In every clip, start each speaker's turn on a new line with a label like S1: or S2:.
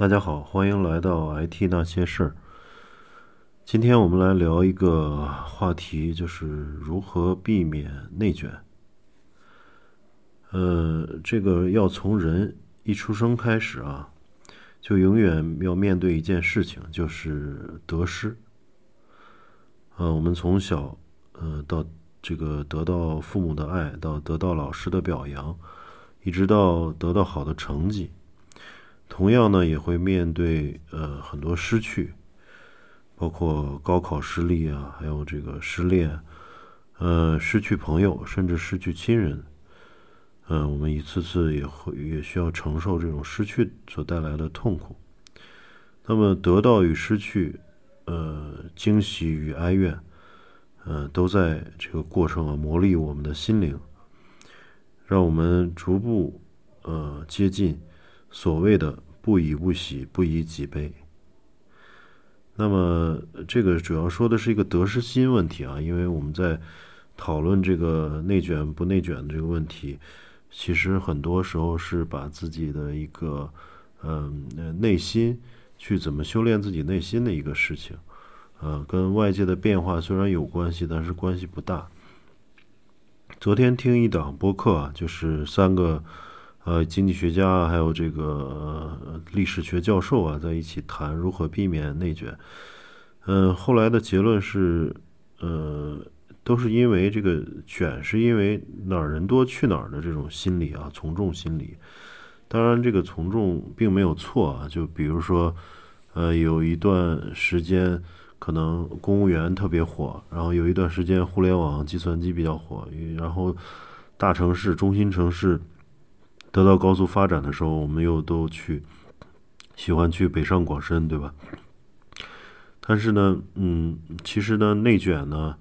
S1: 大家好，欢迎来到 IT 那些事儿。今天我们来聊一个话题，就是如何避免内卷。这个要从人一出生开始啊，就永远要面对一件事情，就是得失。我们从小，到这个得到父母的爱，到得到老师的表扬，一直到得到好的成绩，同样呢，也会面对很多失去，包括高考失利啊，还有这个失恋，失去朋友，甚至失去亲人。我们一次次也需要承受这种失去所带来的痛苦。那么得到与失去，惊喜与哀怨，都在这个过程啊磨砺我们的心灵，让我们逐步接近所谓的不以物喜，不以己悲。那么这个主要说的是一个得失心问题啊，因为我们在讨论这个内卷不内卷的这个问题，其实很多时候是把自己的一个内心去怎么修炼自己内心的一个事情，跟外界的变化虽然有关系，但是关系不大。昨天听一档播客啊，就是三个经济学家还有这个历史学教授啊在一起谈如何避免内卷。后来的结论是，都是因为这个卷是因为哪儿人多去哪儿的这种心理啊，从众心理。当然，这个从众并没有错啊，就比如说，有一段时间可能公务员特别火，然后有一段时间互联网计算机比较火，然后大城市、中心城市得到高速发展的时候，我们又都喜欢去北上广深，对吧？但是呢，其实呢，内卷呢，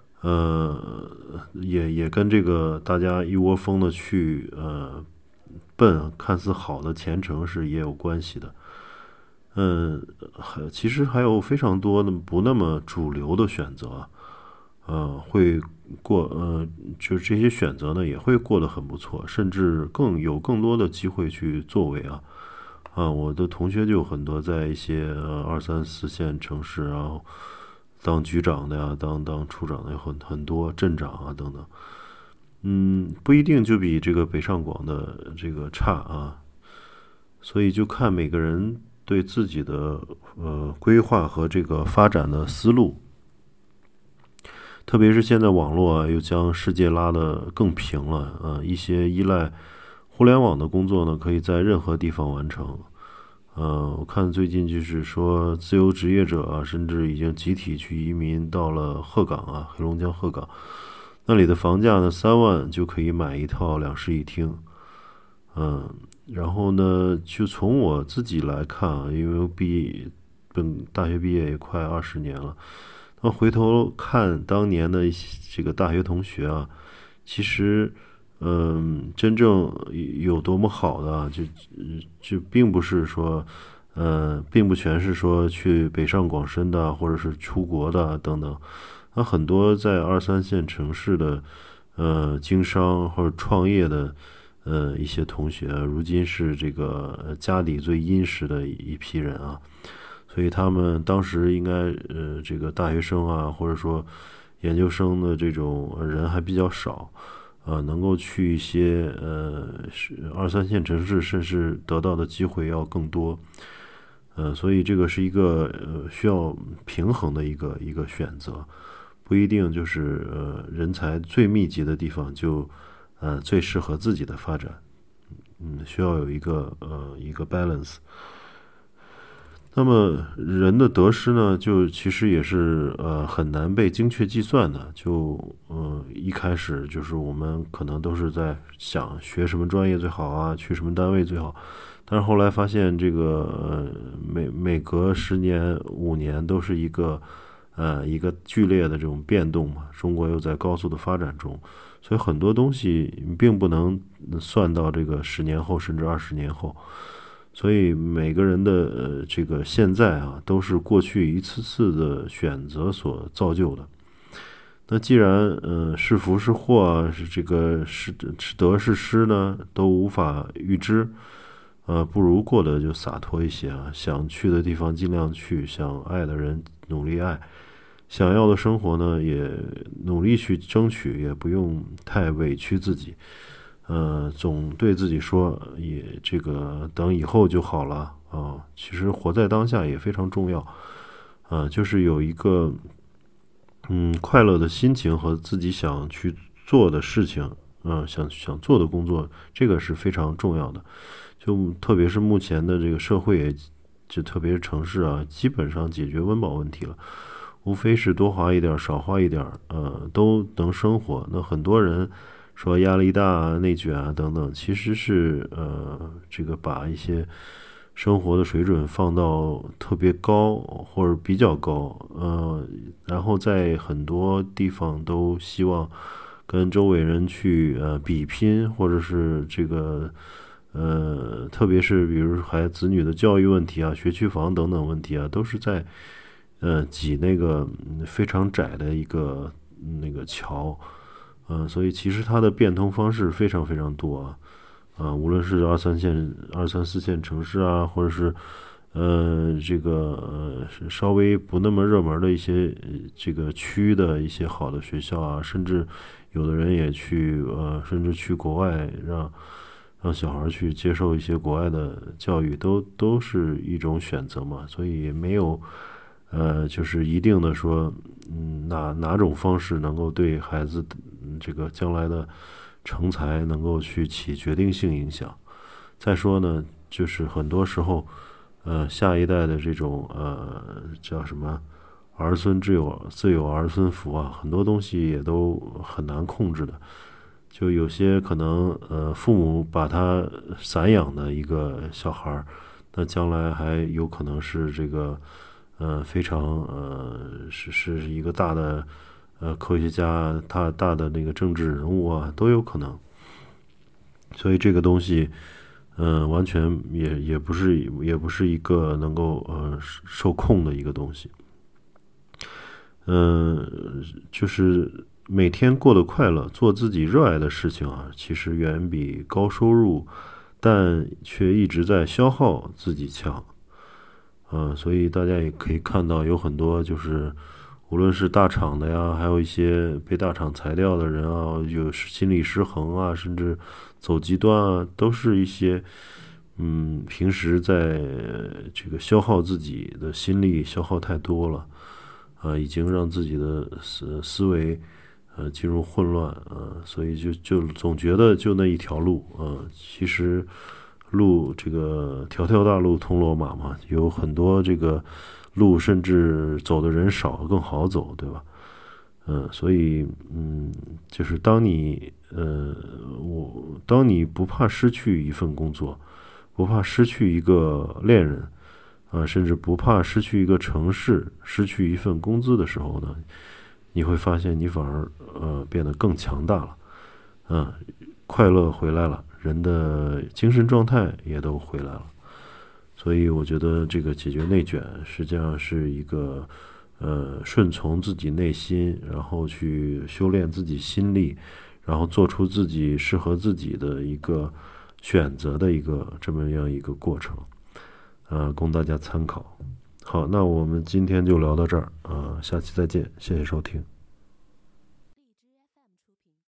S1: 也跟这个大家一窝蜂的去奔看似好的前程是也有关系的。其实还有非常多的不那么主流的选择，会过就是这些选择呢也会过得很不错，甚至更多的机会去作为啊。我的同学就有很多在一些二三四线城市，然后当局长的呀，当处长的有很多镇长啊等等。不一定就比这个北上广的这个差啊，所以就看每个人对自己的规划和这个发展的思路。特别是现在网络啊，又将世界拉得更平了，一些依赖互联网的工作呢，可以在任何地方完成。我看最近就是说，自由职业者啊，甚至已经集体去移民到了鹤岗啊，黑龙江鹤岗，那里的房价呢，3万就可以买一套2室一厅。嗯，然后呢，就从我自己来看啊，因为我大学毕业也快20年了，那回头看当年的这个大学同学啊，其实，真正有多么好的啊就并不是说，并不全是说去北上广深的，或者是出国的等等。那很多在二三线城市的，经商或者创业的，一些同学，如今是这个家里最殷实的一批人啊。所以他们当时应该这个大学生啊，或者说研究生的这种人还比较少，能够去一些二三线城市，甚至得到的机会要更多。所以这个是一个需要平衡的一个选择，不一定就是人才最密集的地方就最适合自己的发展。需要有一个 balance。那么人的得失呢，就其实也是很难被精确计算的。就一开始就是我们可能都是在想学什么专业最好啊，去什么单位最好，但是后来发现这个每隔10年5年都是一个剧烈的这种变动嘛。中国又在高速的发展中，所以很多东西并不能算到这个10年后甚至20年后。所以每个人的这个现在啊，都是过去一次次的选择所造就的。那既然是福是祸啊，是这个是得是失呢，都无法预知。 不如过得就洒脱一些啊，想去的地方尽量去，想爱的人努力爱，想要的生活呢也努力去争取，也不用太委屈自己。总对自己说，也这个等以后就好了啊。其实活在当下也非常重要就是有一个快乐的心情和自己想去做的事情，想做的工作，这个是非常重要的。就特别是目前的这个社会也，就特别是城市啊，基本上解决温饱问题了，无非是多花一点少花一点都能生活。那很多人说压力大啊、内卷啊等等，其实是这个把一些生活的水准放到特别高或者比较高，然后在很多地方都希望跟周围人去比拼，或者是这个特别是比如子女的教育问题啊、学区房等等问题啊，都是在挤那个非常窄的一个那个桥。所以其实它的变通方式非常非常多无论是二三四线城市啊，或者是这个是稍微不那么热门的一些这个区的一些好的学校啊，甚至有的人也去甚至去国外让小孩去接受一些国外的教育，都是一种选择嘛，所以也没有就是一定的说，哪种方式能够对孩子这个将来的成才能够去起决定性影响。再说呢，就是很多时候，下一代的这种叫什么儿孙自有儿孙福啊，很多东西也都很难控制的。就有些可能父母把他散养的一个小孩儿，那将来还有可能是这个非常是一个大的科学家，他大的那个政治人物啊，都有可能。所以这个东西完全也不是一个能够受控的一个东西。就是每天过得快乐，做自己热爱的事情啊，其实远比高收入但却一直在消耗自己强。所以大家也可以看到，有很多就是无论是大厂的呀，还有一些被大厂裁掉的人啊，有心理失衡啊，甚至走极端啊，都是一些平时在这个消耗自己的心力消耗太多了已经让自己的思维进入混乱所以就总觉得就那一条路其实路这个条条大路通罗马嘛，有很多这个路甚至走的人少更好走，对吧？所以就是当你不怕失去一份工作，不怕失去一个恋人甚至不怕失去一个城市，失去一份工资的时候呢，你会发现你反而变得更强大了，快乐回来了，人的精神状态也都回来了。所以我觉得这个解决内卷实际上是一个顺从自己内心，然后去修炼自己心力，然后做出自己适合自己的一个选择的一个这么样一个过程供大家参考。好，那我们今天就聊到这儿下期再见，谢谢收听。